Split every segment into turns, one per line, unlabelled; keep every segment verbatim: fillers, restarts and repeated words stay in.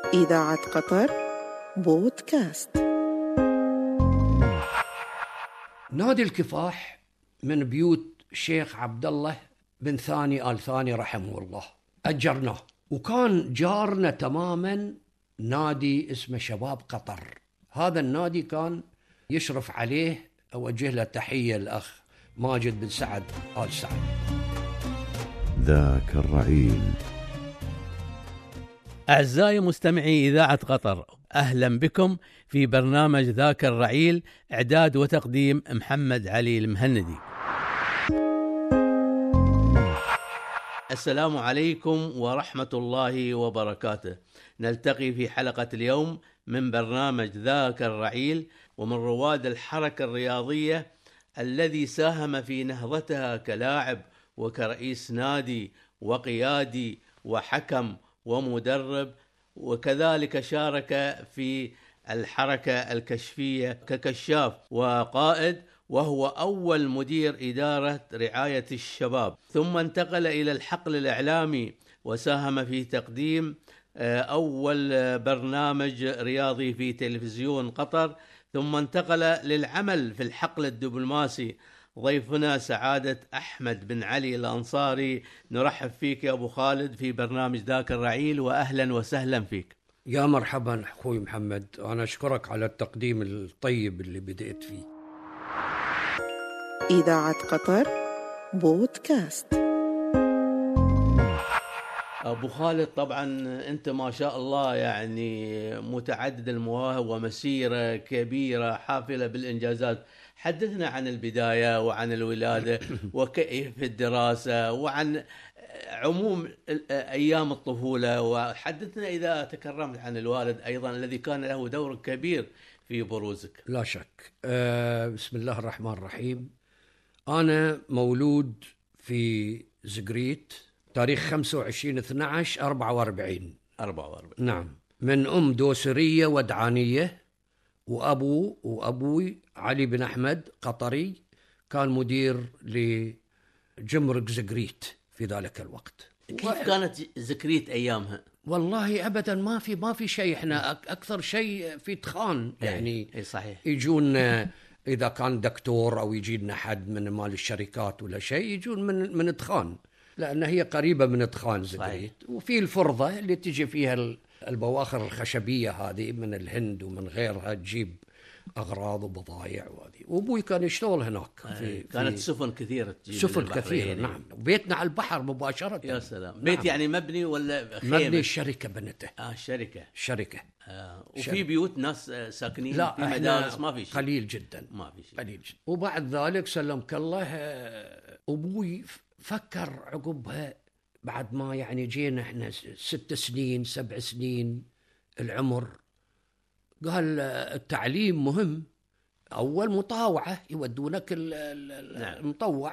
إذاعة قطر بودكاست.
نادي الكفاح من بيوت الشيخ عبد الله بن ثاني آل ثاني رحمه الله، أجرناه، وكان جارنا تماما نادي اسمه شباب قطر. هذا النادي كان يشرف عليه، أوجه له تحية الأخ ماجد بن سعد آل سعد.
ذاك الرعيل.
أعزائي مستمعي إذاعة قطر، أهلا بكم في برنامج ذاك الرعيل، إعداد وتقديم محمد علي المهندي. السلام عليكم ورحمة الله وبركاته. نلتقي في حلقة اليوم من برنامج ذاك الرعيل، ومن رواد الحركة الرياضية الذي ساهم في نهضتها كلاعب وكرئيس نادي وقيادي وحكم ومدرب، وكذلك شارك في الحركة الكشفية ككشاف وقائد، وهو أول مدير إدارة رعاية الشباب، ثم انتقل إلى الحقل الإعلامي وساهم في تقديم أول برنامج رياضي في تلفزيون قطر، ثم انتقل للعمل في الحقل الدبلوماسي. ضيفنا سعادة أحمد بن علي الأنصاري، نرحب فيك يا أبو خالد في برنامج ذاك الرعيل، وأهلا وسهلا فيك.
يا مرحبا أخوي محمد، أنا أشكرك على التقديم الطيب اللي بدأت فيه.
إذاعة قطر بودكاست.
أبو خالد، طبعا أنت ما شاء الله يعني متعدد المواهب ومسيرة كبيرة حافلة بالإنجازات. حدثنا عن البداية وعن الولادة وكيف الدراسة وعن عموم أيام الطفولة، وحدثنا إذا تكرمت عن الوالد أيضا الذي كان له دور كبير في بروزك.
لا شك. أه بسم الله الرحمن الرحيم. أنا مولود في زقريت تاريخ خمسة وعشرين اثنا عشر أربعة وأربعين.
أربعة وأربعين
نعم، من أم دوسرية ودعانية، وأبو وأبوي علي بن أحمد قطري كان مدير لجمرك زقريت في ذلك الوقت.
كيف كانت زقريت أيامها؟
والله أبدا ما في ما في شيء، إحنا أكثر شيء في تخان يعني.
أي صحيح.
يجون إذا كان دكتور أو يجينا حد من مال الشركات ولا شيء، يجون من من تخان، لأن هي قريبة من تخان زقريت. وفي الفرضة اللي تجي فيها البواخر الخشبية هذه من الهند ومن غيرها، تجيب أغراض وبضائع وهذه. وأبوي كان يشتغل هناك. في
كانت
في
سفن كثيرة تجيب
سفن كثيرة. نعم، بيتنا على البحر مباشرة.
يا سلام.
نعم.
بيت يعني مبني ولا خيمة؟
مبني، الشركة بنته.
آه الشركة
شركة.
آه. وفي شركة. بيوت ناس ساكنين؟
لا،
في مدارس ما في شيء؟
قليل جدا،
ما في شيء،
قليل جدا. وبعد ذلك سلمك الله، أبوي فكر عقبها بعد ما يعني جينا احنا ست سنين سبع سنين العمر، قال التعليم مهم. أول مطاوعة يودونك المطوع،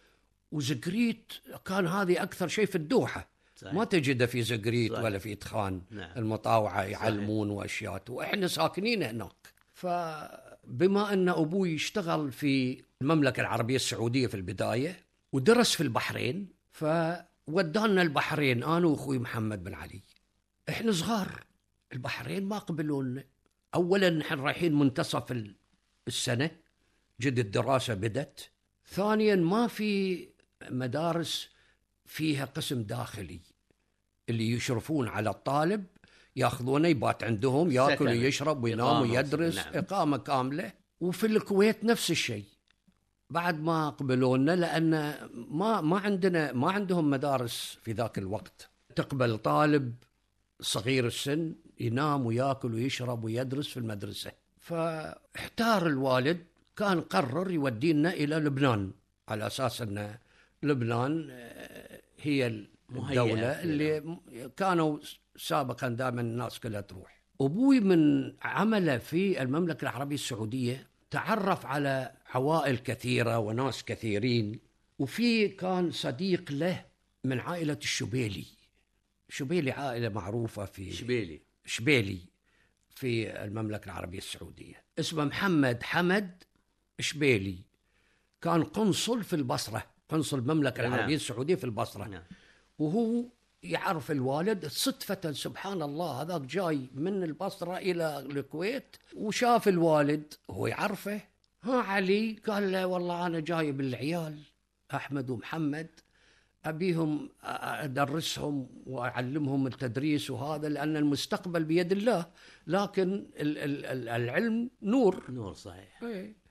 وزقريت كان هذه أكثر شيء في الدوحة. صحيح. ما تجده في زقريت ولا في تخان. نعم. المطاوعة يعلمون وأشياء، وإحنا ساكنين هناك. فبما أن أبوي يشتغل في المملكة العربية السعودية في البداية، ودرس في البحرين، فودانا البحرين أنا وأخوي محمد بن علي. إحنا صغار، البحرين ما قبلونا. أولا نحن رايحين منتصف السنة، جد الدراسة بدت. ثانيا ما في مدارس فيها قسم داخلي اللي يشرفون على الطالب، ياخذونه يبات عندهم، ياكل ويشرب وينام ويدرس. نعم. إقامة كاملة. وفي الكويت نفس الشيء، بعد ما قبلونا، لأن ما ما عندنا ما عندهم مدارس في ذاك الوقت تقبل طالب صغير السن ينام وياكل ويشرب ويدرس في المدرسة. فاحتار الوالد، كان قرر يودينا إلى لبنان، على أساس أن لبنان هي الدولة اللي كانوا سابقا دائما الناس كلها تروح. أبوي من عمله في المملكة العربية السعودية تعرف على عوائل كثيرة وناس كثيرين، وفي كان صديق له من عائلة الشبيلي. شبيلي عائلة معروفة في
شبيلي
شبيلي في المملكة العربية السعودية، اسمه محمد حمد شبيلي، كان قنصل في البصرة، قنصل المملكة العربية السعودية في البصرة. وهو يعرف الوالد صدفة، سبحان الله، هذاك جاي من البصرة إلى الكويت وشاف الوالد هو يعرفه. ها علي قال له والله أنا جايب العيال أحمد ومحمد أبيهم أدرسهم وأعلمهم التدريس وهذا، لأن المستقبل بيد الله، لكن العلم نور.
نور صحيح.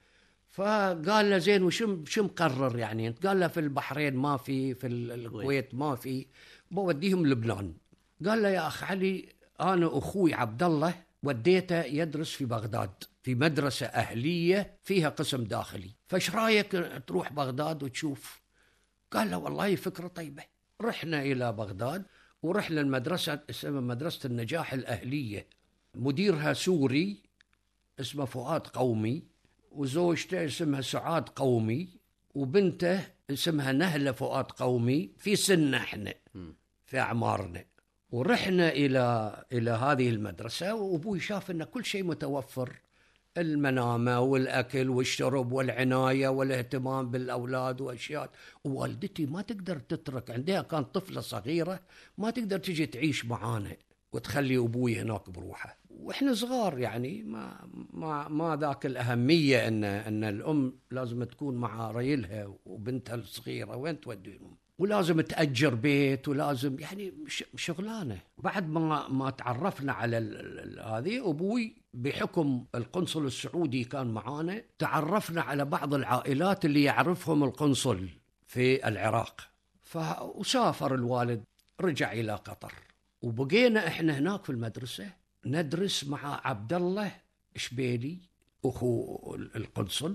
فقال له زين وشم شو مقرر يعني؟ قال له في البحرين ما في، في الكويت ما في، بوديهم لبنان. قال له يا أخ علي أنا أخوي عبد الله وديته يدرس في بغداد في مدرسة أهلية فيها قسم داخلي، فايش رايك تروح بغداد وتشوف؟ قال له والله فكرة طيبة. رحنا إلى بغداد ورحنا المدرسة اسمها مدرسة النجاح الأهلية، مديرها سوري اسمه فؤاد قومي، وزوجته اسمها سعاد قومي، وبنته اسمها نهلة فؤاد قومي، في سنة احنا في أعمارنا. ورحنا إلى إلى هذه المدرسة، وأبوي شاف أن كل شيء متوفر، المنامة والأكل والشرب والعناية والاهتمام بالأولاد وأشياء. ووالدتي ما تقدر تترك، عندها كانت طفلة صغيرة ما تقدر تجي تعيش معانا وتخلي أبوي هناك بروحه، وإحنا صغار يعني ما ما ما ذاك الأهمية أن أن الأم لازم تكون مع ريلها وبنتها الصغيرة، وين توديهم؟ ولازم تأجر بيت، ولازم يعني شغلانة. بعد ما ما تعرفنا على هذه، أبوي بحكم القنصل السعودي كان معانا، تعرفنا على بعض العائلات اللي يعرفهم القنصل في العراق، فسافر الوالد، رجع إلى قطر، وبقينا إحنا هناك في المدرسة ندرس مع عبد الله شبيلي أخو القنصل،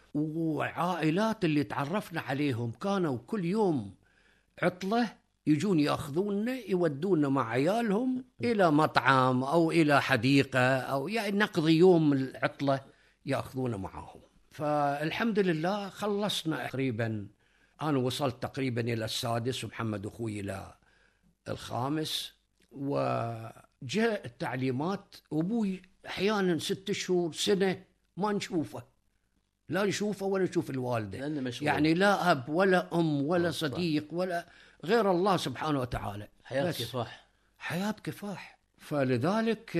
وعائلات اللي تعرفنا عليهم كانوا كل يوم عطلة يجون يأخذوننا يودونا مع عيالهم إلى مطعم أو إلى حديقة، أو يعني نقضي يوم العطلة يأخذونا معهم. فالحمد لله خلصنا تقريبا، أنا وصلت تقريبا إلى السادس ومحمد أخوي إلى الخامس، وجاء التعليمات. أبوي أحيانا ست شهور سنة ما نشوفه، لا نشوفه ولا نشوف الوالدة، يعني لا أب ولا أم ولا صديق ولا غير الله سبحانه وتعالى.
حياة كفاح،
حياة كفاح. فلذلك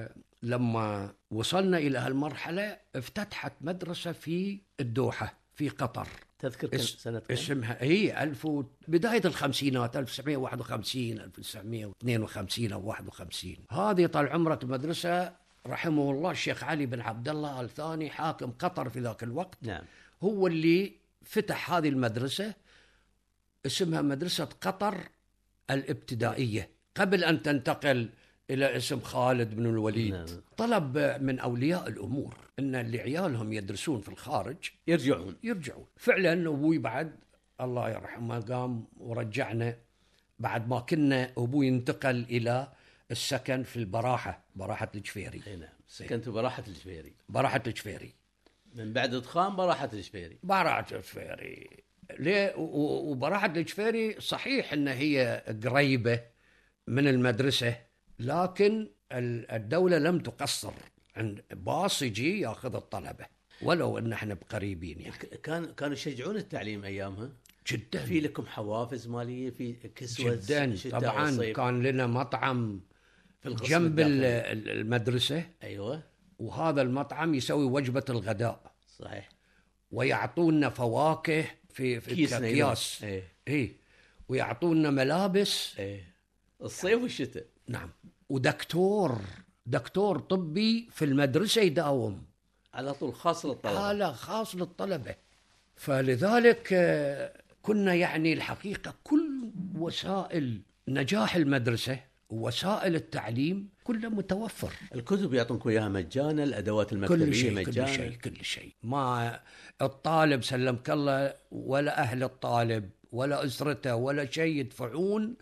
لما وصلنا إلى هالمرحلة افتتحت مدرسة في الدوحة في قطر.
تذكر كم سنة كم؟
اسمها هي ألف و... بداية الخمسينات، ألف وتسعمائة وواحد وخمسين ألف وتسعمائة واثنين وخمسين أو واحد وخمسين. هذه طال عمرك المدرسة رحمه الله الشيخ علي بن عبد الله آل ثاني حاكم قطر في ذاك الوقت،
نعم،
هو اللي فتح هذه المدرسة، اسمها مدرسة قطر الابتدائية، قبل أن تنتقل إلى اسم خالد بن الوليد. نعم. طلب من أولياء الأمور أن اللي عيالهم يدرسون في الخارج
يرجعون
يرجعون فعلا. أبوي بعد الله يرحمه قام ورجعنا، بعد ما كنا أبوي انتقل إلى السكن في البراحة، براحة الجفيري.
نعم، سكنت براحة الجفيري.
براحة الجفيري
من بعد إدخام براحة الجفيري.
براحة الجفيري ليه؟ وبراحة الجفيري صحيح أن هي قريبة من المدرسة، لكن الدولة لم تقصر، عند باص يجي ياخذ الطلبة ولو ان احنا بقريبين يعني.
كان كانوا يشجعون التعليم ايامها
جدا،
في لكم حوافز مالية في كسوة
جدا طبعا والصيف. كان لنا مطعم في جنب الداخلي. المدرسة،
ايوه،
وهذا المطعم يسوي وجبة الغداء،
صحيح،
ويعطونا فواكه في في اكياس،
ايه
ايه، ويعطونا ملابس،
ايه، الصيف والشتاء.
نعم، ودكتور دكتور طبي في المدرسة يداوم
على طول، خاص للطلبة،
حالة خاص للطلبة. فلذلك كنا يعني الحقيقة كل وسائل نجاح المدرسة ووسائل التعليم كله متوفر.
الكتب يعطونك إياها مجانا، الأدوات المكتبية
كل شيء
مجانا،
كل شيء كل شيء. ما الطالب سلمك الله ولا أهل الطالب ولا أسرته ولا شيء يدفعون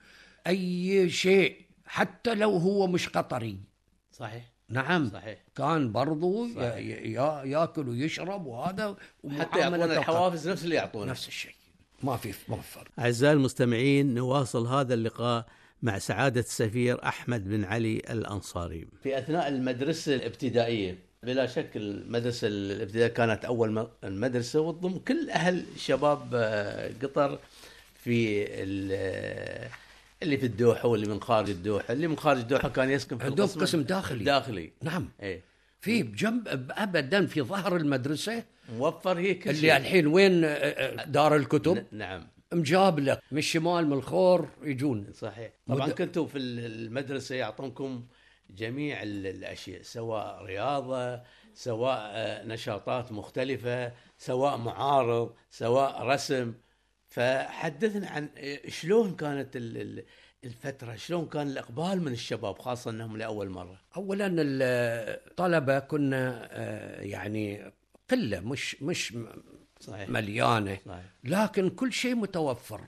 أي شيء، حتى لو هو مش قطري.
صحيح،
نعم،
صحيح.
كان برضو يا ياكل ويشرب، وهذا
حتى يعطون الحوافز نفس اللي يعطونه،
نفس الشيء، ما في ما فرق.
أعزائي المستمعين، نواصل هذا اللقاء مع سعادة السفير أحمد بن علي الأنصاري. في أثناء المدرسة الابتدائية، بلا شك المدرسة الابتدائية كانت أول المدرسة وتضم كل أهل شباب قطر في اللي في الدوحه واللي من خارج الدوحه، اللي من خارج الدوحه كان يسكن في
عندهم
القسم
قسم داخلي.
داخلي
نعم.
ايه
في بجنب ابدا في ظهر المدرسه
موفر هي كل
اللي
شيء.
الحين وين دار الكتب.
ن- نعم
مجاب لك من الشمال من الخور يجون.
صحيح. طبعا
مد...
كنتوا في المدرسه يعطونكم جميع ال- الاشياء، سواء رياضه، سواء آه، نشاطات مختلفه، سواء معارض، سواء رسم. فحدثنا عن آه، شلون كانت ال- ال- الفتره، شلون كان الاقبال من الشباب خاصه انهم لاول مره.
اولا الطلبه كنا آه، يعني قله، مش مش
صحيح
مليانه،
صحيح.
لكن كل شيء متوفر.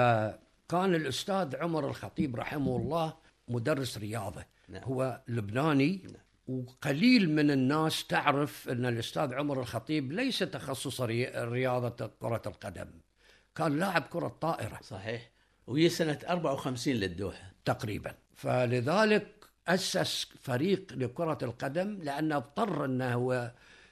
فكان الاستاذ عمر الخطيب رحمه الله مدرس رياضه.
نعم.
هو لبناني.
نعم.
وقليل من الناس تعرف ان الاستاذ عمر الخطيب ليس تخصص ري- رياضه كره القدم، كان لاعب كره طائره
صحيح. وهي سنه أربعة وخمسين للدوحه
تقريبا. فلذلك أسس فريق لكرة القدم، لأنه اضطر أنه هو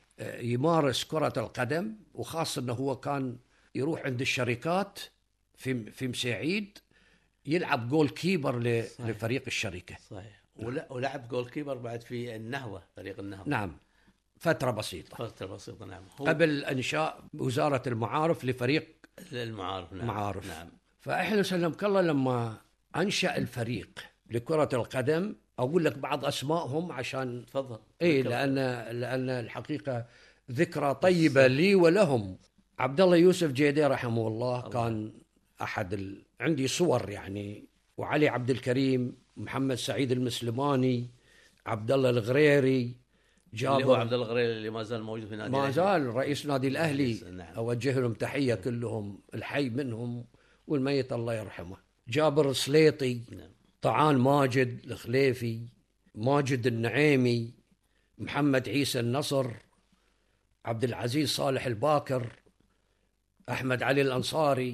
يمارس كرة القدم، وخاصة أنه هو كان يروح عند الشركات في في مساعيد يلعب جول كيبر ل-
صحيح.
لفريق الشركة.
صحيح. ولا- ولعب جول كيبر بعد في النهضه، فريق النهضه.
نعم، فترة بسيطة
فتره بسيطه. نعم. هو
قبل إنشاء وزارة المعارف لفريق
المعارف. نعم.
معارف.
نعم.
فإحنا سلمك الله لما أنشأ الفريق لكرة القدم، أقول لك بعض أسمائهم عشان
تفضل.
اي لان لان الحقيقه ذكرى طيبه لي ولهم. عبد الله يوسف جيدي رحمه الله, الله. كان احد ال... عندي صور يعني، وعلي عبد الكريم، محمد سعيد المسلماني، عبد الله الغريري،
جابر اللي هو عبد الله الغريري اللي ما زال موجود في نادي
ما زال رئيس نادي الاهلي.
نعم.
اوجه لهم تحيه كلهم، الحي منهم والميت الله يرحمه. جابر السليطي.
نعم.
طعان ماجد الخليفي، ماجد النعيمي، محمد عيسى النصر، عبد العزيز صالح الباكر، أحمد علي الأنصاري.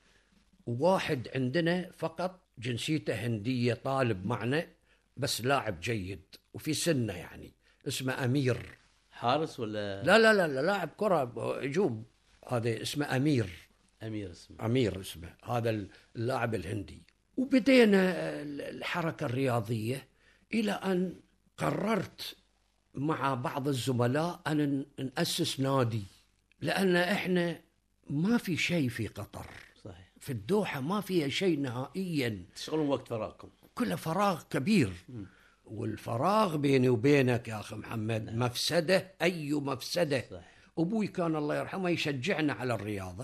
وواحد عندنا فقط جنسيته هندية طالب معنا بس لاعب جيد وفي سنة يعني، اسمه أمير.
حارس ولا
لا لا لا, لا لاعب كرة هجوم، هذا اسمه أمير.
أمير اسمه
أمير اسمه هذا اللاعب الهندي. وبدينا الحركة الرياضية إلى أن قررت مع بعض الزملاء أن نأسس نادي، لأن إحنا ما في شيء في قطر.
صحيح.
في الدوحة ما فيها شيء نهائيا،
تشغلون وقت فراغكم
كله فراغ كبير. م. والفراغ بيني وبينك يا أخي محمد نعم. مفسدة، أي مفسدة. صحيح. أبوي كان الله يرحمه يشجعنا على الرياضة،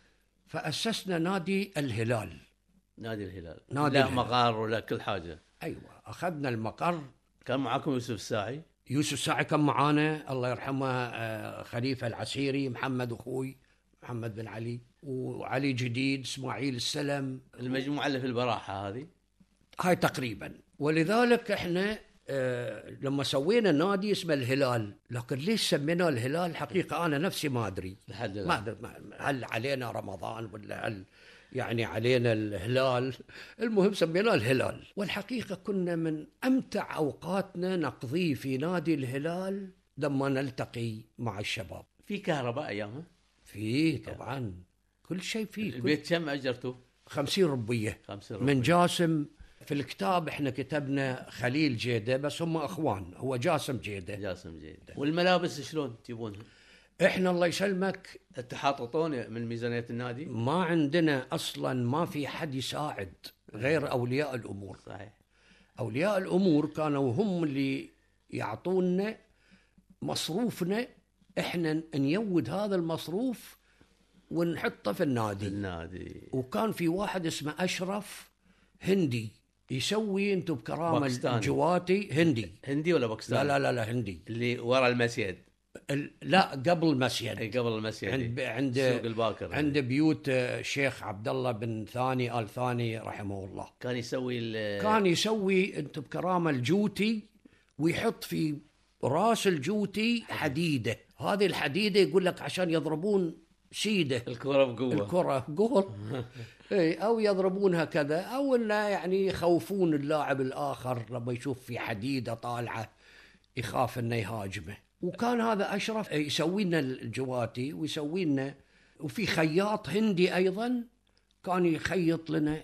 فأسسنا نادي الهلال.
نادي الهلال.
نادي
لا
الهلال.
مقر ولا كل حاجة.
أيوة، أخذنا المقر.
كان معاكم يوسف الساعي؟
يوسف الساعي كان معانا الله يرحمه، خليفة العسيري، محمد أخوي محمد بن علي، وعلي جديد، اسماعيل السلم،
المجموعة اللي في البراحة هذه
هاي تقريبا. ولذلك احنا اه لما سوينا نادي اسمه الهلال، لكن ليش سميناه الهلال حقيقة أنا نفسي ما أدري.
لحد
ما أدري هل علينا رمضان ولا هل يعني علينا الهلال، المهم سميناه الهلال. والحقيقة كنا من أمتع أوقاتنا نقضي في نادي الهلال لما نلتقي مع الشباب.
في كهرباء أيامها؟
في طبعا كل شيء فيه.
البيت كم أجرته؟
خمسين ربية.
خمسين ربية.
من جاسم. في الكتاب احنا كتبنا خليل جيدة بس هم أخوان، هو جاسم جيدة.
جاسم جيدة. والملابس شلون تجيبونها؟
احنا الله يسلمك
تحاططون من ميزانية النادي؟
ما عندنا أصلا، ما في حد يساعد غير أولياء الأمور.
صحيح.
أولياء الأمور كانوا هم اللي يعطونا مصروفنا، احنا نيود هذا المصروف ونحطه في النادي.
النادي.
وكان في واحد اسمه أشرف هندي يسوي انتم بكرامة الجواتي. هندي.
هندي ولا باكستاني؟
لا لا لا, لا هندي.
اللي ورا المسجد.
لا قبل المسجد.
اي قبل المسجد.
عند عند
سوق الباكر.
عند بيوت الشيخ عبد الله بن ثاني آل ثاني رحمه الله.
كان يسوي
كان يسوي انتم بكرامة الجوتي، ويحط في راس الجوتي حديدة. هذه الحديدة يقول لك عشان يضربون سيدة
الكرة بقوة.
الكرة جول. اي او يضربونها كذا، او انه يعني يخوفون اللاعب الاخر لما يشوف في حديدة طالعة يخاف انه يهاجمه. وكان هذا أشرف يسوي لنا الجواتي ويسوي لنا، وفي خياط هندي أيضا كان يخيط لنا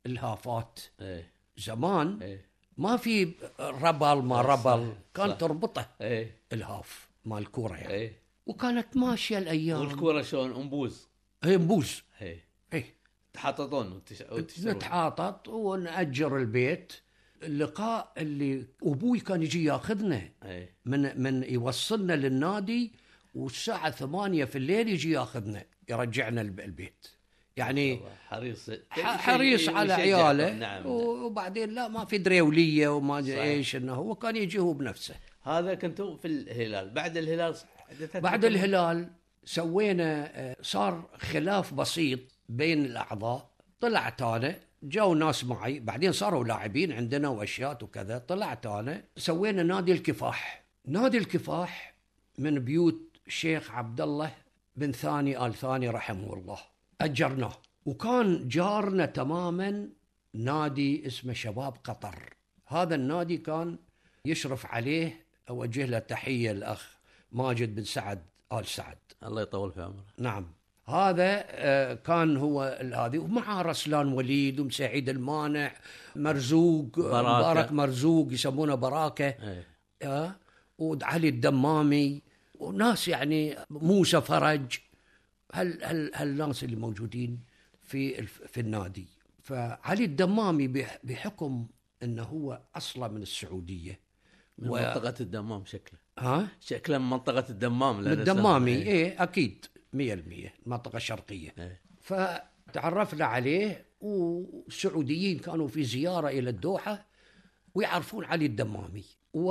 الهافات.
ايه
زمان
ايه
ما في ربل ما ربل، كان
صح.
تربطه
ايه
الهاف مال الكوره يعني.
ايه
وكانت ماشيه الايام.
والكوره شلون انبوز؟
هي مبوز.
ايه
ايه
تحططون وتش... وتشترون.
نتحاطط ونأجر البيت. اللقاء اللي ابوي كان يجي ياخذنا
ايه
من من يوصلنا للنادي، والساعه ثمانية في الليل يجي ياخذنا يرجعنا الب- البيت يعني.
والله حريص
ح- حريص على
يشجعكم.
عياله.
نعم.
وبعدين لا ما في دريوليه وما أدري
صحيح.
ايش، انه هو كان يجي هو بنفسه.
هذا كنتوا في الهلال. بعد الهلال حدثت
بعد
لكم؟
الهلال سوينا آه، صار خلاف بسيط بين الاعضاء. طلعت انا، جو ناس معي، بعدين صاروا لاعبين عندنا واشياء وكذا. طلعت انا، سوينا نادي الكفاح. نادي الكفاح من بيوت الشيخ عبد الله بن ثاني آل ثاني رحمه الله. اجرناه، وكان جارنا تماما نادي اسمه شباب قطر. هذا النادي كان يشرف عليه، اوجه له تحيه الاخ ماجد بن سعد آل سعد،
الله يطول في عمره.
نعم. هذا آه، كان هو هذه، ومع رسلان وليد ومسعيد المانع، مرزوق
براكة.
مبارك مرزوق يسمونه براكه،
ايه
آه، وعلي الدمامي وناس يعني، موسى فرج. هل هل هالناس اللي موجودين في الف- في النادي. فعلي الدمامي بح- بحكم انه هو اصلا من السعوديه،
من
و-
منطقة الدمام شكله.
ها
شكله من منطقة الدمام.
من
لأن
الدمامي.
اسمه-
ايه اكيد مية بالمية المنطقه الشرقيه.
إيه.
فتعرفنا عليه، والسعوديين كانوا في زياره الى الدوحه ويعرفون علي الدمامي،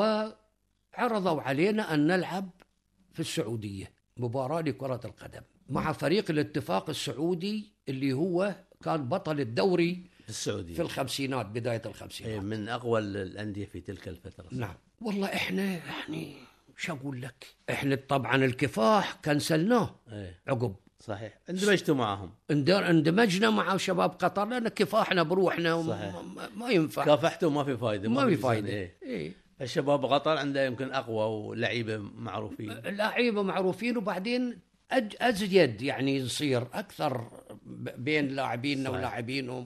وعرضوا علينا ان نلعب في السعوديه مباراه لكره القدم مع فريق الاتفاق السعودي اللي هو كان بطل الدوري
في السعودية.
في الخمسينات، بدايه الخمسينات.
إيه، من أقوى الأندية في تلك الفترة.
نعم. والله احنا يعني شو اقول لك، احنا طبعا الكفاح كنسلناه
إيه.
عقب.
صحيح. اندمجتوا معهم.
اندر- اندمجنا مع شباب قطر، لان كفاحنا بروحنا
صحيح.
وما- ما ينفع.
كافحتوا ما في فايدة.
ما في
لسان.
فايده.
إيه.
إيه.
الشباب قطر عنده يمكن أقوى ولعيبة معروفين.
لعيبه معروفين، وبعدين أج- ازيد يعني يصير اكثر ب- بين لاعبيننا
صحيح.
ولاعبينهم.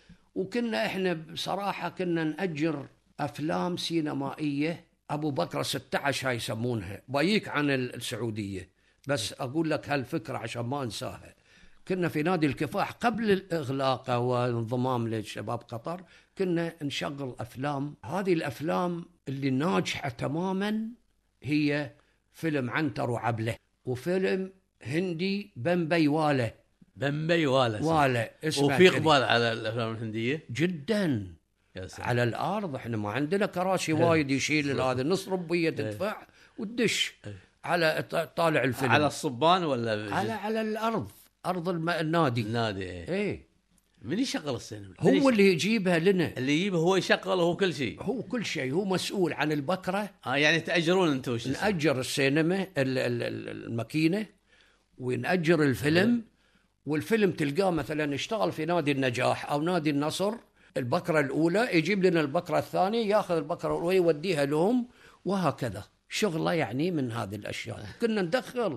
وكنا احنا بصراحه كنا ناجر افلام سينمائيه. ابو بكر ستة عشر هاي يسمونها، بايك عن ال- السعوديه، بس اقول لك هالفكره عشان ما انساها. كنا في نادي الكفاح قبل الاغلاق وانضمام لشباب قطر، كنا نشغل افلام. هذه الافلام اللي ناجحه تماما هي فيلم عنتر وعبله، وفيلم هندي بمبي واله.
بمبي والا.
واله اسمه
وفي
كذي.
إقبال على الأفلام الهندية.
جدا
يا سلام.
على الارض. احنا ما عندنا كراسي وايد يشيل هذا، نص ربيه تدفع وتدش على ط- طالع الفيلم
على الصبان ولا
على على الارض، ارض الم... النادي.
النادي. إيه.
ايه،
من يشغل السينما؟
هو
من يش-
اللي يجيبها لنا،
اللي يجيبه هو يشغل هو كل شيء.
هو كل شيء، هو مسؤول عن البكره.
آه يعني تأجرون انتم وش اسمه؟
نأجر السينما ال- ال- ال- الماكينه، ونأجر الفيلم. والفيلم تلقاه مثلا اشتغل في نادي النجاح او نادي النصر، البكره الاولى يجيب لنا البكره الثانيه، ياخذ البكره الاولى يوديها لهم، وهكذا شغله يعني. من هذه الاشياء كنا ندخل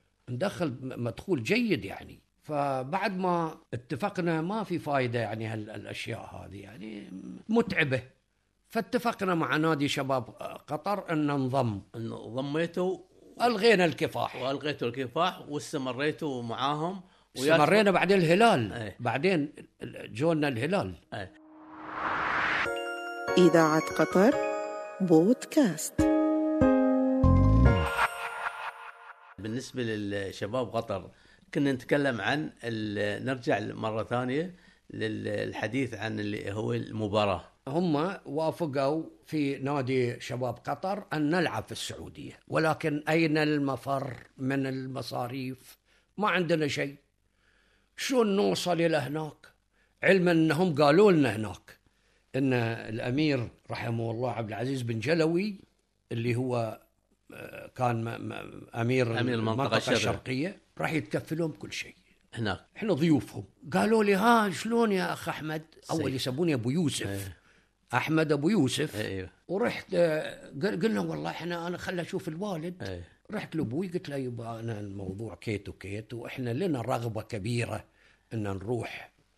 ندخل مدخول جيد يعني. فبعد ما اتفقنا ما في فايده يعني هالاشياء هذه يعني متعبه، فاتفقنا مع نادي شباب قطر ان ننضم.
انه ضميتوا
الغينا الكفاح
والغيتوا الكفاح واستمريتوا معاهم.
استمرينا بعد الهلال.
أي.
بعدين جونا الهلال.
أي.
إذاعة قطر بودكاست.
بالنسبة للشباب قطر كنا نتكلم عن ال- نرجع مرة ثانية للحديث عن اللي هو المباراة.
هم وافقوا في نادي شباب قطر أن نلعب في السعودية، ولكن أين المفر من المصاريف؟ ما عندنا شيء. شلون نوصل إلى هناك؟ علما أنهم قالوا لنا هناك أن الأمير رحمه الله عبد العزيز بن جلوي اللي هو كان أمير,
أمير المنطقة الشرقية.
الشرقية راح يتكفلهم كل شيء
هناك.
احنا ضيوفهم. قالوا لي ها شلون يا أخ أحمد؟ أول
سيد.
يسموني أبو يوسف.
أيه.
أحمد أبو يوسف.
أيوه.
ورحت آه، قل- قلنا والله احنا أنا خل أشوف الوالد.
أيه.
رحت لأبوي قلت له يبا أنا الموضوع كيت وكيت، وإحنا لنا رغبة كبيرة إن نروح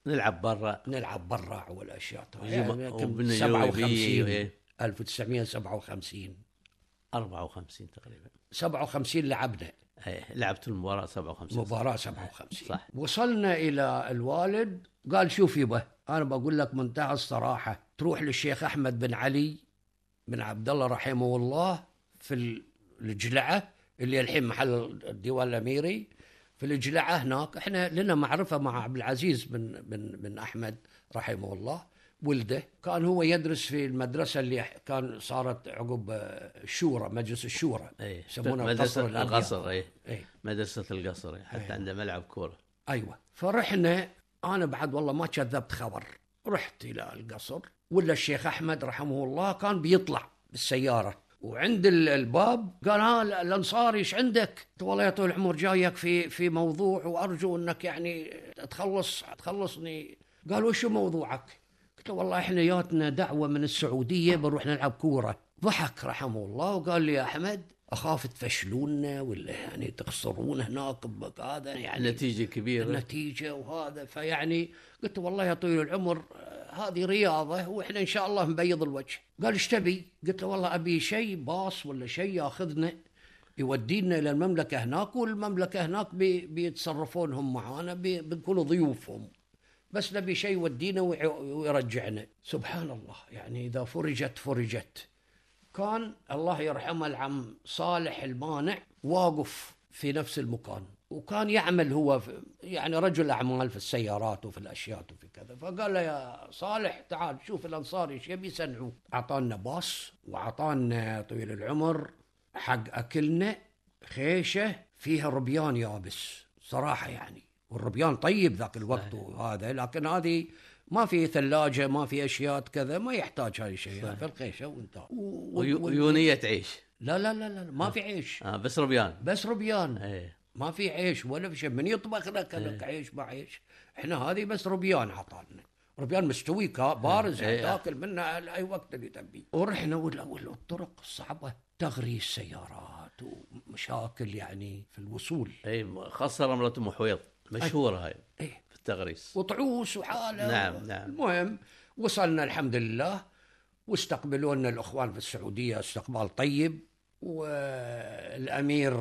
نلعب برا،
نلعب برا والاشياء
يعني
سبعة وخمسين ألف وتسعمائة وسبعة وخمسين
أربعة وخمسين تقريبا
سبعة وخمسين لعبنا.
ايه لعبت المباراة سبعة وخمسين.
مباراة سبعة وخمسين
صح.
وصلنا إلى الوالد قال شوف يبا أنا بقول لك منتهى الصراحة، تروح للشيخ أحمد بن علي بن عبد الله رحمه الله في الجلعة اللي الحين محل الديوان الأميري، في الجلعة هناك احنا لنا معرفة مع عبد العزيز بن بن بن أحمد رحمه الله ولده، كان هو يدرس في المدرسة اللي كان صارت عقب الشورى، مجلس الشورى
ايه
يسمونها
مدرسة القصر. ايه.
ايه
مدرسة القصر ايه. حتى
ايه.
عنده ملعب كورة.
ايوه. فرحنا انا بعد والله ما كذبت خبر، رحت الى القصر ولا الشيخ احمد رحمه الله كان بيطلع بالسيارة وعند الباب قال ها الانصاري ايش عندك؟ قلت والله يا طويل العمر جايك في في موضوع وارجو انك يعني تخلص تخلصني. قال وشو موضوعك؟ قلت له والله احنا جاتنا دعوه من السعوديه بنروح نلعب كوره. ضحك رحمه الله وقال لي يا احمد اخاف تفشلونا ولا يعني تخسرون هناك هذا يعني
نتيجه كبيره
النتيجه وهذا، فيعني قلت والله يا طويل العمر هذه رياضه واحنا ان شاء الله نبيض الوجه. قال ايش تبي؟ قلت له والله ابي شيء باص ولا شيء ياخذنا يودينا الى المملكه هناك، والمملكه هناك بي بيتصرفون هم معانا بنكونوا ضيوفهم، بس نبي شيء يودينا ويرجعنا. سبحان الله يعني إذا فرجت فرجت. كان الله يرحمه العم صالح المانع واقف في نفس المكان، وكان يعمل هو يعني رجل أعمال في السيارات وفي الأشياء وفي كذا. فقال له يا صالح تعال شوف الأنصاري ايش يبي يصنعوا. أعطانا باص وأعطانا طويل العمر حق أكلنا خيشة فيها ربيان يابس صراحة يعني، والربيان طيب ذاك الوقت وهذا، لكن هذه ما في ثلاجة ما في أشياء كذا، ما يحتاج هاي الشيء في الخيشة وانت
ويونية عيش.
لا لا لا لا ما في عيش.
آه بس ربيان.
بس ربيان.
ايه.
ما في عيش ولا في شيء، من يطبخ لك لك عيش ما عيش. احنا هذه بس ربيان عطانا، ربيان مستوي بارز يعني تاكل منه اي وقت اللي تبي. ورحنا ولا ولا الطرق الصعبة، تغري السيارات ومشاكل يعني في الوصول.
اي خاصة رملة أم حويض مشهورة هاي
ايه
في التغريس
وطعوس وحالة.
نعم نعم.
المهم وصلنا الحمد لله واستقبلونا الأخوان في السعودية استقبال طيب، والأمير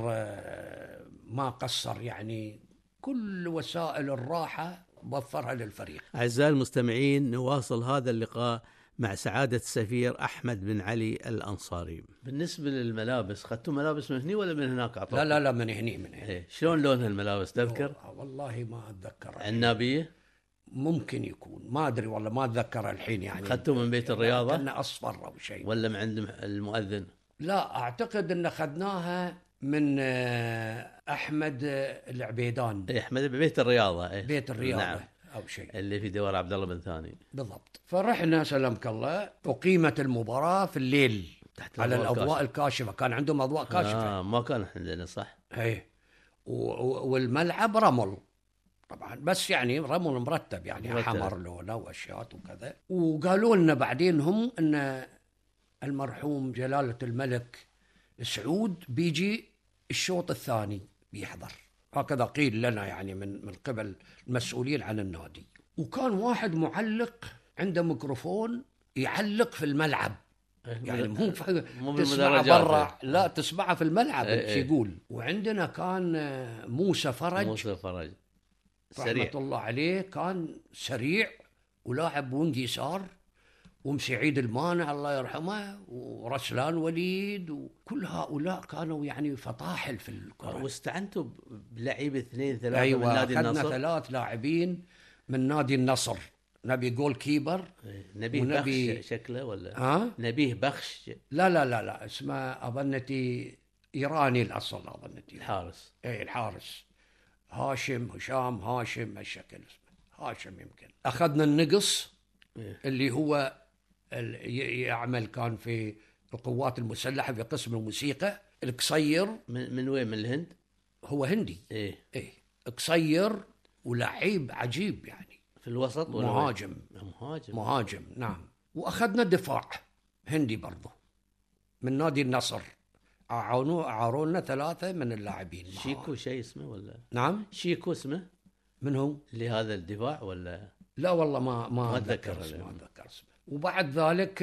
ما قصر يعني كل وسائل الراحة وفرها للفريق.
أعزائي المستمعين نواصل هذا اللقاء مع سعادة السفير أحمد بن علي الأنصاري. بالنسبة للملابس خدتوا ملابس من هني ولا من هناك عطوكم؟
لا لا لا من هني من هني.
إيه. شلون لون الملابس تذكر؟
والله ما أتذكر.
عنابية؟
ممكن يكون ما أدري والله ما أتذكر الحين يعني.
خدتوا من بيت الرياضة؟
كنا أصفر أو شيء.
ولا من عند المؤذن؟
لا أعتقد أن خدناها من أحمد العبيدان.
إيه أحمد ببيت الرياضة. إيه.
بيت الرياضة.
نعم.
أو شيء
اللي في دوار عبد الله بن ثاني.
بالضبط. فرحنا سلمك الله، أقيمت المباراة في الليل
تحت
على الأضواء الكاشفة. كان عندهم أضواء كاشفة.
آه ما كان عندنا صح.
هي والملعب رمل طبعا، بس يعني رمل مرتب يعني مرتب. حمر لونه وأشياء وكذا. وقالوا لنا بعدين هم أن المرحوم جلالة الملك سعود بيجي الشوط الثاني بيحضر، هكذا قيل لنا يعني من من قبل المسؤولين عن النادي. وكان واحد معلق عنده ميكروفون يعلق في الملعب يعني مو تسمع برا، لا تسمعها في الملعب ايش يقول. وعندنا كان موسى فرج
موسى فرج
رحمة الله عليه، كان سريع ولاعب وينج يسار، ومسعيد المانع الله يرحمه، ورسلان وليد، وكل هؤلاء كانوا يعني فطاحل في الكرة.
واستعنتوا بلعيبه اثنين ثلاثه
أيوة
من نادي النصر.
أخذنا ثلاث لاعبين من نادي النصر، نبي جول كيبر.
نبيه ونبي... بخش شكله ولا
ها؟
نبيه بخش.
لا لا لا لا اسمه أظنتي إيراني الأصل، أظنتي
الحارس.
إيه الحارس هاشم هشام هاشم الشكل اسمه هاشم يمكن. أخذنا النقص إيه؟ اللي هو يعمل كان في القوات المسلحة في قسم الموسيقى. القصير
من, من وين؟ من الهند؟
هو هندي.
ايه
ايه قصير ولعيب عجيب يعني.
في الوسط ولا
مهاجم؟
مهاجم
مهاجم نعم. واخذنا دفاع هندي برضه من نادي النصر، اعانوا اعارونا ثلاثة من اللاعبين.
شيكو شيء اسمه ولا؟
نعم
شيكو اسمه.
من هو؟
لهذا الدفاع ولا؟
لا والله ما ما
ما
اتذكر
أتذكر
اسمه،
اسمه.
ما اتذكر اسمه. وبعد ذلك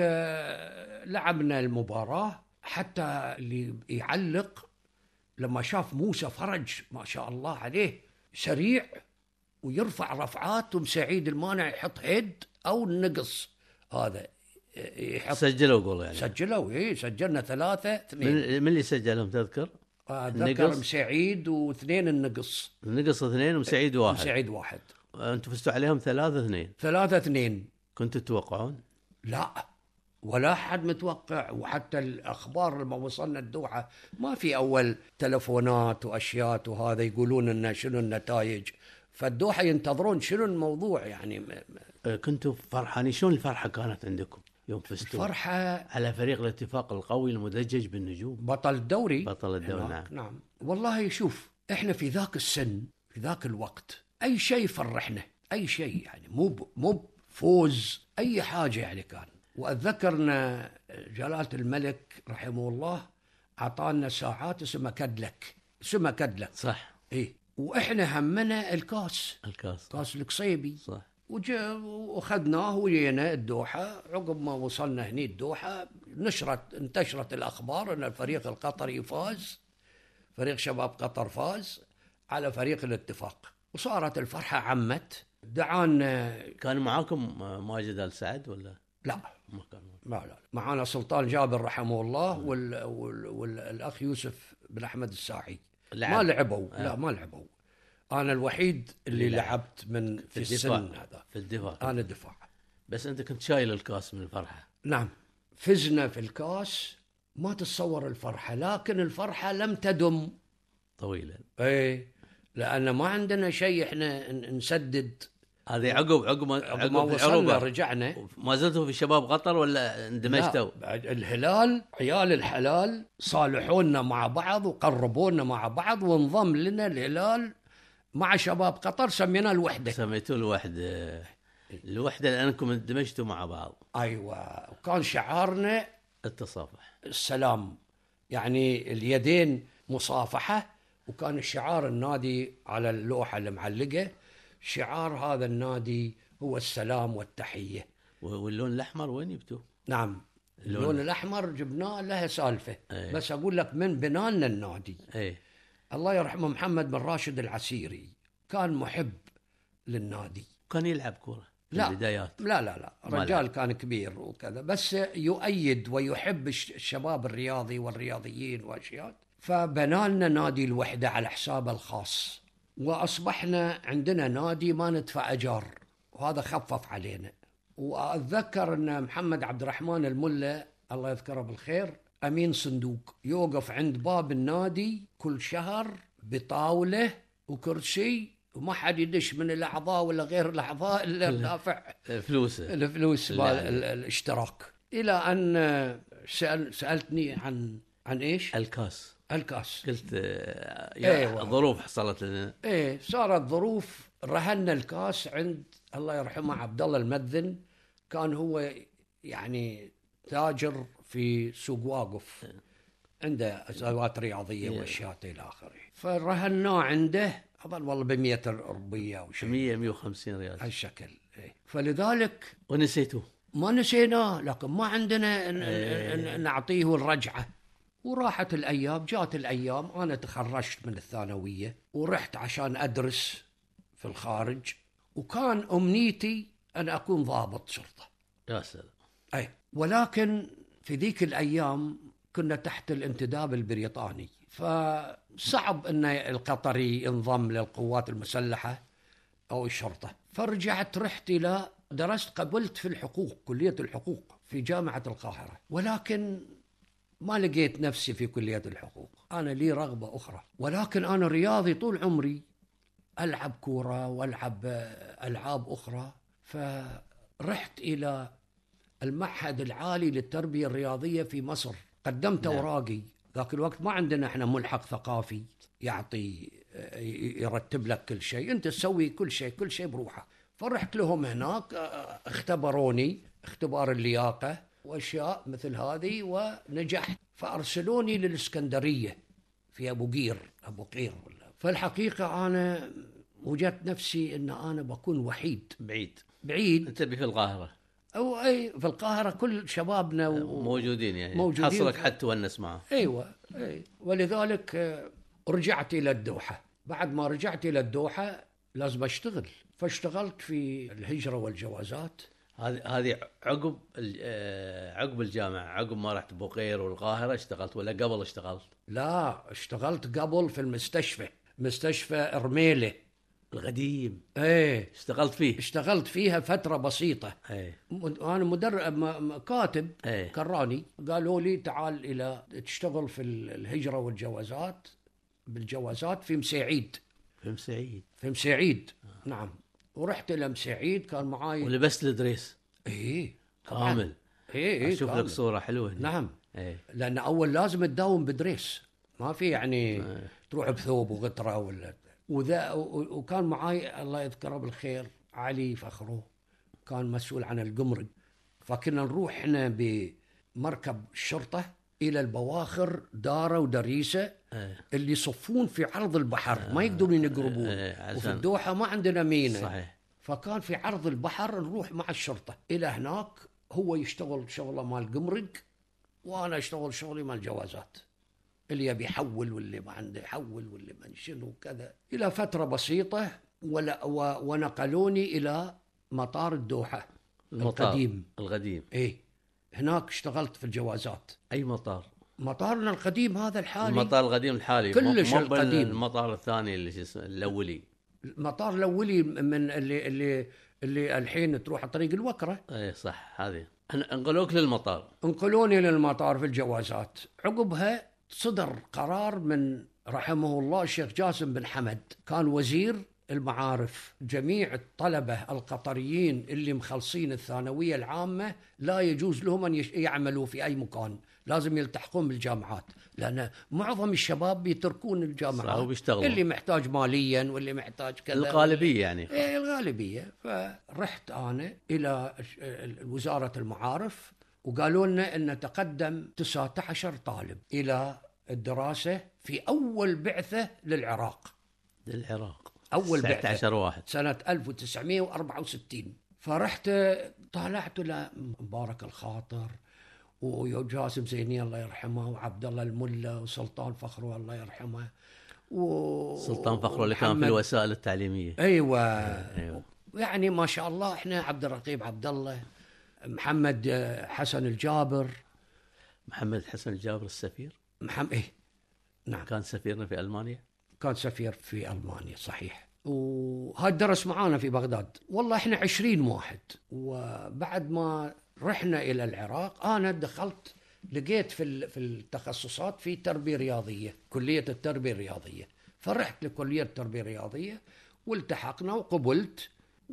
آه، لعبنا المباراة، حتى اللي يعلق لما شاف موسى فرج ما شاء الله عليه سريع ويرفع رفعات، ومسعيد المانع يحط هيد او النقص هذا يحط.
سجلوا جول يعني؟
سجلوا ايه، سجلنا ثلاثة اثنين.
من, من اللي سجلهم تذكر؟
اتذكر مسعيد واثنين النقص.
النقص اثنين ومسعيد واحد.
مسعيد واحد.
انتم فزتوا عليهم ثلاثة اثنين.
ثلاثة اثنين.
كنتوا تتوقعون؟
لا ولا حد متوقع. وحتى الأخبار لما وصلنا الدوحة ما في أول تلفونات وأشياء وهذا يقولون لنا شنو النتائج، فالدوحة ينتظرون شنو الموضوع يعني.
كنتوا فرحانين؟ شلون الفرحة كانت عندكم يوم فزتوا؟
فرحة
على فريق الاتفاق القوي المدجج بالنجوم،
بطل الدوري.
بطل الدوري. نعم.
نعم والله. شوف احنا في ذاك السن في ذاك الوقت أي شيء فرحنا، أي شيء يعني، مو مو فوز أي حاجة يعني كان. وأتذكر أن جلالة الملك رحمه الله أعطانا ساعات اسمها كدلك، اسمها كدلك
صح.
إيه. وإحنا همنا الكاس،
الكاس
كاس القصيبي.
صح.
وجا وأخذناه وجينا الدوحة. عقب ما وصلنا هني الدوحة نشرت انتشرت الأخبار أن الفريق القطري فاز، فريق شباب قطر فاز على فريق الاتفاق، وصارت الفرحة عمت. دعانا.
كان معاكم ماجد آل سعد ولا
لا؟
ما كان.
لا لا، معانا سلطان جابر رحمه الله وال... وال... والأخ يوسف بن أحمد الساعي.
لعب.
ما لعبوا.
آه.
لا ما لعبوا. أنا الوحيد اللي, اللي لعبت من في, في السن هذا
في الدفاع.
أنا دفاع.
بس أنت كنت شايل الكاس من الفرحة.
نعم فزنا في الكاس، ما تتصور الفرحة، لكن الفرحة لم تدم
طويلا.
ايه، لأن ما عندنا شيء احنا نسدد.
هذه عقب عقب
عقب ما وصلنا رجعنا.
ما زلتوا في شباب قطر ولا اندمجتوا؟
الهلال عيال الحلال صالحونا مع بعض وقربونا مع بعض، وانضم لنا الهلال مع شباب قطر، سمينا الوحدة.
سميتوا الوحدة. الوحدة لأنكم اندمجتوا مع بعض.
أيوة. وكان شعارنا
التصافح،
السلام، يعني اليدين مصافحة. وكان الشعار النادي على اللوحة المعلقة، شعار هذا النادي هو السلام والتحية.
واللون الأحمر وين يبتوه؟
نعم اللون, اللون الأحمر جبناه لها سالفة.
أيه.
بس أقول لك من بنالنا النادي.
أيه.
الله يرحمه محمد بن راشد العسيري كان محب للنادي.
كان يلعب كورة في
لا.
البدايات؟
لا لا لا رجال كان كبير وكذا، بس يؤيد ويحب الشباب الرياضي والرياضيين وأشياء. فبنالنا نادي الوحدة على حسابه الخاص، وأصبحنا عندنا نادي ما ندفع أجار، وهذا خفف علينا. وأتذكر أن محمد عبد الرحمن الملا الله يذكره بالخير أمين صندوق يوقف عند باب النادي كل شهر بطاولة وكرسي، وما حد يدش من الأعضاء ولا غير الأعضاء إلا دافع
فلوسه
الفلوس الاشتراك. إلى أن سأل سألتني عن عن إيش؟
الكاس.
الكاس.
قلت يا ظروف حصلت لنا.
إيه صارت ظروف. رهنا الكاس عند الله يرحمه عبد الله المذن، كان هو يعني تاجر في سوق واقف، عنده أدوات رياضية وأشياء إلى آخره. فرهناه عنده أظن والله بمية ربية أو شيء،
مية مية وخمسين ريال
هالشكل. إيه. فلذلك
ونسيتوه.
ما نسيناه، لكن ما عندنا إيه. نعطيه الرجعة. وراحت الأيام، جات الأيام، أنا تخرجت من الثانوية ورحت عشان أدرس في الخارج، وكان أمنيتي أن أكون ضابط شرطة.
يا سلام.
أي. ولكن في ذيك الأيام كنا تحت الانتداب البريطاني، فصعب أن القطري ينضم للقوات المسلحة أو الشرطة. فرجعت رحت إلى درست، قبلت في الحقوق، كلية الحقوق في جامعة القاهرة، ولكن ما لقيت نفسي في كلية الحقوق. أنا لي رغبة أخرى، ولكن أنا رياضي طول عمري، ألعب كورة وألعب ألعاب أخرى. فرحت إلى المعهد العالي للتربية الرياضية في مصر، قدمت نعم. أوراقي. ذاك الوقت ما عندنا إحنا ملحق ثقافي يعطي يرتب لك كل شيء، أنت تسوي كل شيء كل شيء بروحه. فرحت لهم هناك، اختبروني اختبار اللياقة وأشياء مثل هذه ونجحت. فأرسلوني للإسكندرية في أبو قير أبو قير. فالحقيقة أنا وجدت نفسي ان انا بكون وحيد
بعيد
بعيد.
انت في القاهره
او اي في القاهره كل شبابنا و...
موجودين يعني
موجودين
حصلك
في...
حد تونس معه.
ايوه أي. ولذلك آه، رجعت الى الدوحه. بعد ما رجعت الى الدوحه لازم اشتغل، فاشتغلت في الهجره والجوازات.
هذه هذه عقب عقب الجامعه، عقب ما رحت بوقير والقاهره اشتغلت ولا قبل اشتغلت؟
لا، اشتغلت قبل في المستشفى، مستشفى ارميله
القديم.
ايه
اشتغلت فيه
اشتغلت فيها فتره بسيطه.
ايه
انا مدرب كاتب
ايه.
كراني. قالوا لي تعال الى تشتغل في الهجره والجوازات، بالجوازات في مساعيد.
في مساعيد
في مساعيد آه. نعم. ورحت الى مساعيد، كان معاي
ولبست الدريس
ايه
كامل.
ايه ايه
اشوف لك صوره حلوه هنا.
نعم
ايه.
لان اول لازم تداوم بدريس، ما في يعني
ايه.
تروح بثوب وغتره ولا. وذا وكان معاي الله يذكره بالخير علي فخرو، كان مسؤول عن الجمرك. فكنا نروح احنا بمركب الشرطه الى البواخر داره ودريسه
ايه.
اللي يصفون في عرض البحر آه. ما يقدرون يقربون.
ايه.
وفي الدوحه ما عندنا مينا.
صحيح.
فكان في عرض البحر نروح مع الشرطه الى هناك، هو يشتغل شغله مال جمرك وانا اشتغل شغلي مال جوازات، اللي يبي يحول واللي ما عنده يحول واللي ما شنو كذا، الى فتره بسيطه. ولا ونقلوني الى مطار الدوحه
المطار
القديم.
القديم
ايه هناك اشتغلت في الجوازات.
اي مطار؟
مطارنا القديم هذا الحالي.
المطار القديم الحالي
كلش
مو
القديم.
المطار الثاني اللي اسمه الاولي.
المطار الاولي من اللي اللي اللي الحين تروح على طريق الوكره.
اي صح. هذه انقلوك للمطار.
انقلوني للمطار في الجوازات. عقبها صدر قرار من رحمه الله الشيخ جاسم بن حمد، كان وزير المعارف. جميع الطلبة القطريين اللي مخلصين الثانوية العامة لا يجوز لهم أن يعملوا في أي مكان، لازم يلتحقون بالجامعات، لأن معظم الشباب بيتركون الجامعات، اللي محتاج ماليا واللي محتاج كذا.
الغالبية يعني.
إيه الغالبية. فرحت أنا إلى وزارة المعارف وقالوا لنا أن تقدم تسعة عشر طالب إلى الدراسة في أول بعثة للعراق.
للعراق
أول بعثة
تسعة عشر واحد
سنة ألف وتسعمائة وأربعة وستين. فرحت طالعت له مبارك الخاطر وجاسم زيني الله يرحمه وعبد الله الملا وسلطان فخرو الله يرحمه و...
سلطان فخرو اللي كان في الوسائل التعليمية.
أيوة. أيوة. يعني ما شاء الله احنا عبد الرقيب عبد الله، محمد حسن الجابر.
محمد حسن الجابر السفير.
محمد ايه نعم
كان سفيرنا في ألمانيا.
كان سفير في ألمانيا صحيح. وهذا درس معانا في بغداد. والله احنا عشرين واحد. وبعد ما رحنا إلى العراق أنا دخلت لقيت في في التخصصات في تربية رياضية، كلية التربية الرياضية. فرحت لكلية التربية الرياضية والتحقنا وقبلت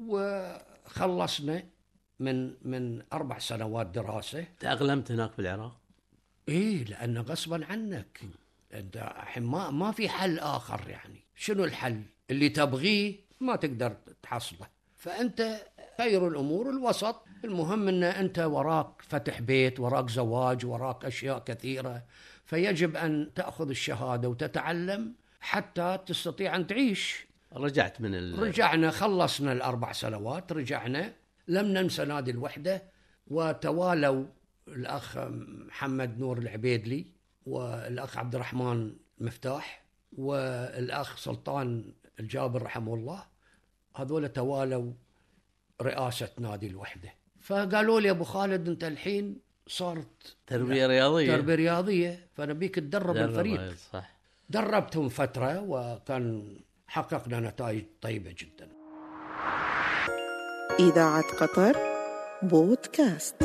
وخلصنا من من أربع سنوات دراسة.
تأقلمت هناك في العراق؟
إيه لأنه غصبا عنك أنت ما ما في حل آخر. يعني شنو الحل اللي تبغيه ما تقدر تحصله، فأنت خير الأمور الوسط. المهم أن أنت وراك فتح بيت، وراك زواج، وراك أشياء كثيرة، فيجب أن تأخذ الشهادة وتتعلم حتى تستطيع أن تعيش.
رجعت من ال...
رجعنا خلصنا الأربع سنوات، رجعنا لم ننسى نادي الوحدة. وتوالوا الأخ محمد نور العبيدلي والأخ عبد الرحمن مفتاح والأخ سلطان الجابر رحمه الله، هذول توالوا رئاسة نادي الوحدة. فقالوا لي أبو خالد أنت الحين صارت
تربية رياضية
تربية رياضية فنبيك تدرب الفريق.
صح.
دربتهم فترة وكان حققنا نتائج طيبة جدا.
إذاعة قطر بودكاست.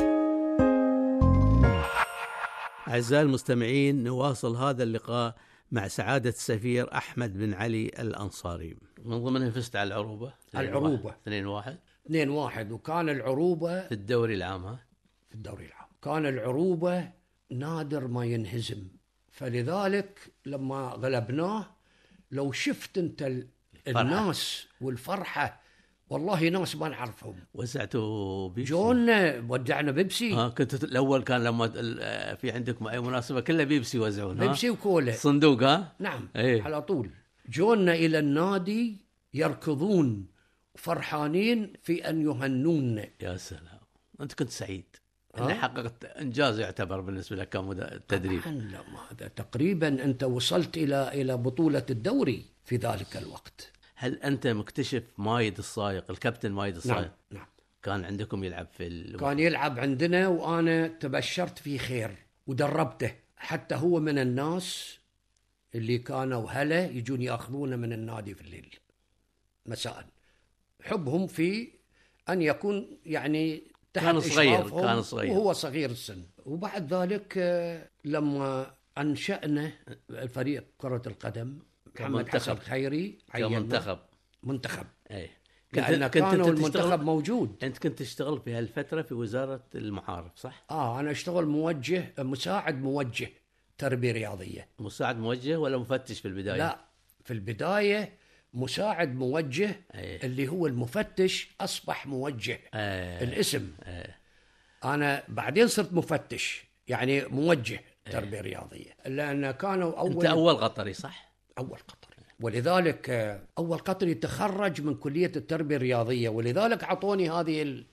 أعزائي المستمعين، نواصل هذا اللقاء مع سعادة السفير أحمد بن علي الأنصاري. من ضمنها فزت على العروبة.
العروبة
اثنين واحد
اثنين واحد وكان العروبة
في الدوري العام. ها
في الدوري العام كان العروبة نادر ما ينهزم، فلذلك لما غلبناه لو شفت انت الناس والفرحة، والله ناس ما نعرفهم.
وزعتوا بيبسي؟
جونا ودعنا بيبسي.
اه كنت الاول كان لما في عندكم اي مناسبه كلها بيبسي يوزعون.
بيبسي وكولا
صندوق. ها
نعم.
ايه.
على طول جونا الى النادي يركضون فرحانين في أن يهنون.
يا سلام، أنت كنت سعيد أن حققت إنجاز يعتبر بالنسبة لك كتدريب.
هذا تقريبا أنت وصلت إلى إلى بطولة الدوري في ذلك الوقت.
هل أنت مكتشف مايد الصايغ، الكابتن مايد الصايغ؟
نعم. نعم.
كان عندكم يلعب في ال...
كان يلعب عندنا، وأنا تبشرت فيه خير ودربته. حتى هو من الناس اللي كانوا هلا يجون يأخذونه من النادي في الليل مساء، حبهم في أن يكون يعني تحت
كان صغير
إشرافهم،
كان صغير
وهو صغير السن. وبعد ذلك لما أنشأنا الفريق كرة القدم، محمد حسن خيري
كمنتخب
منتخب
ايه،
لأن كانوا المنتخب موجود.
أنت كنت تشتغل في هالفترة في وزارة المعارف صح؟
آه أنا أشتغل موجه، مساعد موجه تربية رياضية.
مساعد موجه ولا مفتش في البداية؟
لا، في البداية مساعد موجه.
أيه.
اللي هو المفتش أصبح موجه.
أيه.
الاسم.
أيه.
أنا بعدين صرت مفتش، يعني موجه تربية أيه. رياضية، لأن كانوا أول
أنت أول قطري صح؟
أول قطري، ولذلك أول قطري تخرج من كلية التربية الرياضية، ولذلك أعطوني هذه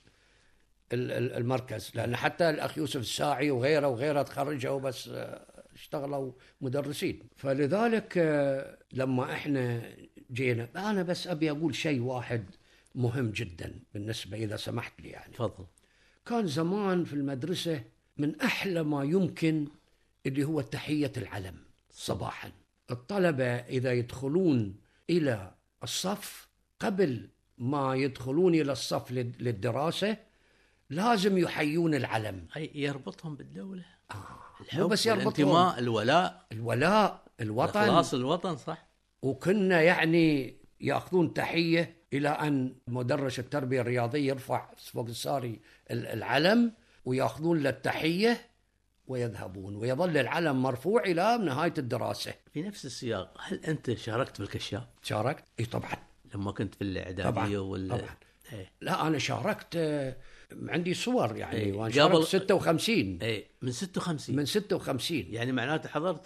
المركز، لأن حتى الأخ يوسف الساعي وغيره وغيره تخرجوا بس اشتغلوا مدرسين. فلذلك لما احنا جينا، أنا بس أبي أقول شيء واحد مهم جدا بالنسبة، إذا سمحت لي يعني.
تفضل.
كان زمان في المدرسة من أحلى ما يمكن اللي هو تحية العلم صباحا. الطلبة إذا يدخلون إلى الصف، قبل ما يدخلون إلى الصف للدراسة لازم يحيون العلم.
أي يربطهم بالدولة.
آه. مو بس يربطهم،
الانتماء، الولاء
الولاء الوطن،
إخلاص الوطن صح.
وكنا يعني يأخذون تحية إلى أن مدرس التربية الرياضية يرفع فوق الساري العلم ويأخذون للتحية ويذهبون، ويظل العلم مرفوع إلى نهاية الدراسة.
في نفس السياق، هل أنت شاركت في الكشاف؟
شاركت؟ إيه طبعا.
لما كنت في الإعدادية
طبعا.
وال...
طبعا.
ايه.
لا أنا شاركت، عندي صور يعني.
ايه.
وأنا شاركت
قبل
ستة وخمسين.
ايه من ستة وخمسين.
من ستة وخمسين
يعني معناته حضرت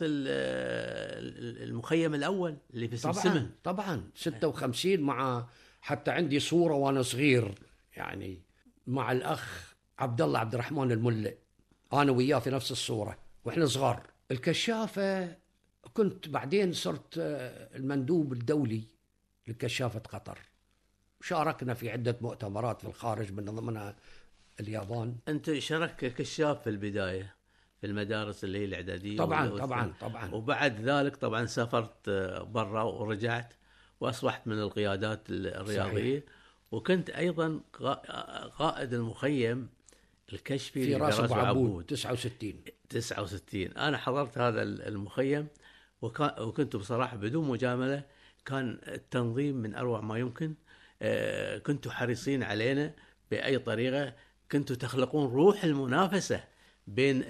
المخيم الأول اللي في سمسمة.
طبعا طبعا ستة وخمسين، مع حتى عندي صورة وأنا صغير يعني مع الأخ عبد الله عبد الرحمن الملة، أنا وياه في نفس الصورة وإحنا صغار. الكشافة كنت بعدين صرت المندوب الدولي لكشافة قطر، شاركنا في عدة مؤتمرات في الخارج من ضمنها اليابان.
أنت شاركت ككشاف في البداية في المدارس اللي هي الإعدادية
طبعا طبعا طبعا
وبعد ذلك طبعا سافرت برا ورجعت وأصبحت من القيادات الرياضية. صحيح. وكنت أيضا قائد المخيم الكشفي
في راس أبو عبود تسعة وستين.
تسعة وستين أنا حضرت هذا المخيم، وكنت بصراحة بدون مجاملة كان التنظيم من أروع ما يمكن. كنتوا حريصين علينا بأي طريقة، كنتوا تخلقون روح المنافسة بين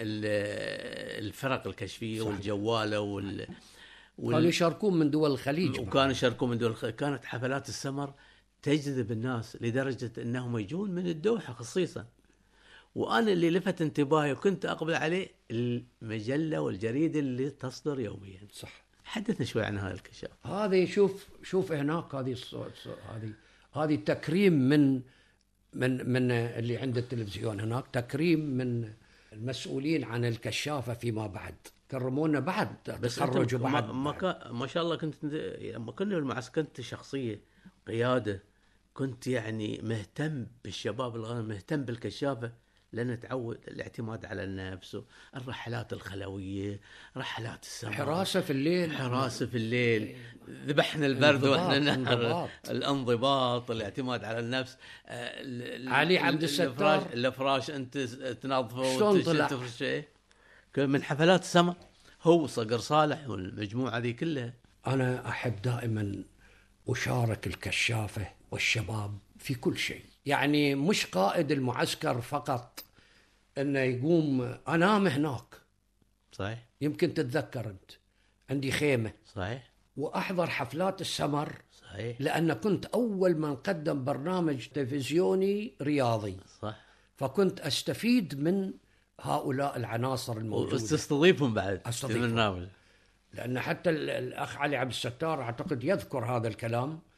الفرق الكشفية. صحيح. والجوالة وال...
وال... كانوا يشاركون من دول الخليج،
وكانوا يشاركون من دول الخليج. كانت حفلات السمر تجذب الناس لدرجة أنهم يجون من الدوحة خصيصا. وأنا اللي لفت انتباهي وكنت أقبل عليه المجلة والجريدة اللي تصدر يوميا.
صح.
حدثنا شوي عن هذا الكشاف.
هذه شوف شوف هناك، هذه هذه هذه تكريم من من من اللي عند التلفزيون هناك، تكريم من المسؤولين عن الكشافة فيما بعد، كرمونا بعد تخرج وبعد
ما, ما, ما شاء الله. كنت لما كنا بالمعسكر كنت شخصية قيادة، كنت يعني مهتم بالشباب الغنم، مهتم بالكشافة، لأن تعود الاعتماد على النفس، الرحلات الخلوية، رحلات السماء،
حراسة في الليل،
حراسة في الليل، ذبحنا البرد واحنا نهر، الانضباط، الاعتماد على النفس.
علي عبد الستار
الافراش انت تنظفه
شلون طلع
شيء من حفلات السماء، هو صقر صالح والمجموعة ذي كلها.
أنا أحب دائما أشارك الكشافة والشباب في كل شيء، يعني مش قائد المعسكر فقط أنه يقوم أنام هناك.
صحيح.
يمكن تتذكر أنت عندي خيمة.
صحيح.
وأحضر حفلات السمر.
صحيح.
لأن كنت أول من قدم برنامج تلفزيوني رياضي.
صح.
فكنت أستفيد من هؤلاء العناصر الموجودة
وتستضيفهم بعد
في
البرنامج،
لأن حتى الأخ علي عبد الستار أعتقد يذكر هذا الكلام.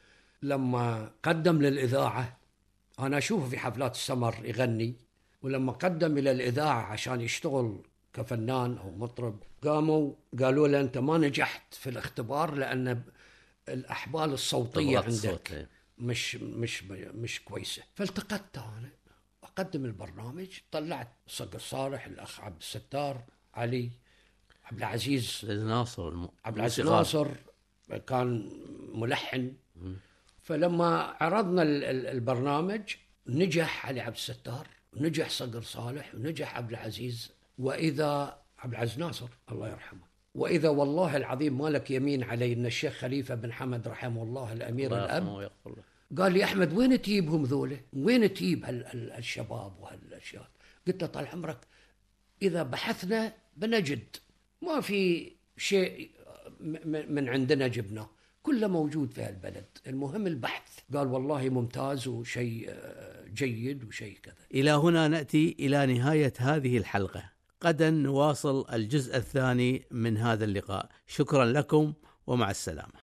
لما قدم للإذاعة، أنا أشوفه في حفلات السمر يغني، ولما قدم إلى الإذاعة عشان يشتغل كفنان أو مطرب، قاموا قالوا له أنت ما نجحت في الاختبار لأن الأحبال الصوتية عندك مش مش مش كويسة. فالتقطت أنا أقدم البرنامج، طلعت صقر صالح، الأخ عبد الستار، علي عبد العزيز
ناصر الم...
عبد العزيز ناصر كان ملحن. م. فلما عرضنا البرنامج نجح علي عبد الستار، ونجح صقر صالح، ونجح عبد العزيز، وإذا عبد العزيز ناصر الله يرحمه، وإذا والله العظيم ما لك يمين علي أن الشيخ خليفة بن حمد رحمه الله الأمير الأب قال لي أحمد وين تجيبهم ذوله؟ وين تجيب هالشباب وهالأشياء؟ قلت له طال عمرك إذا بحثنا بنجد، ما في شيء من عندنا جبناه، كله موجود في هالبلد، المهم البحث. قال والله ممتاز وشيء جيد وشيء كذا.
إلى هنا نأتي إلى نهاية هذه الحلقة. غدا نواصل الجزء الثاني من هذا اللقاء. شكرا لكم ومع السلامة.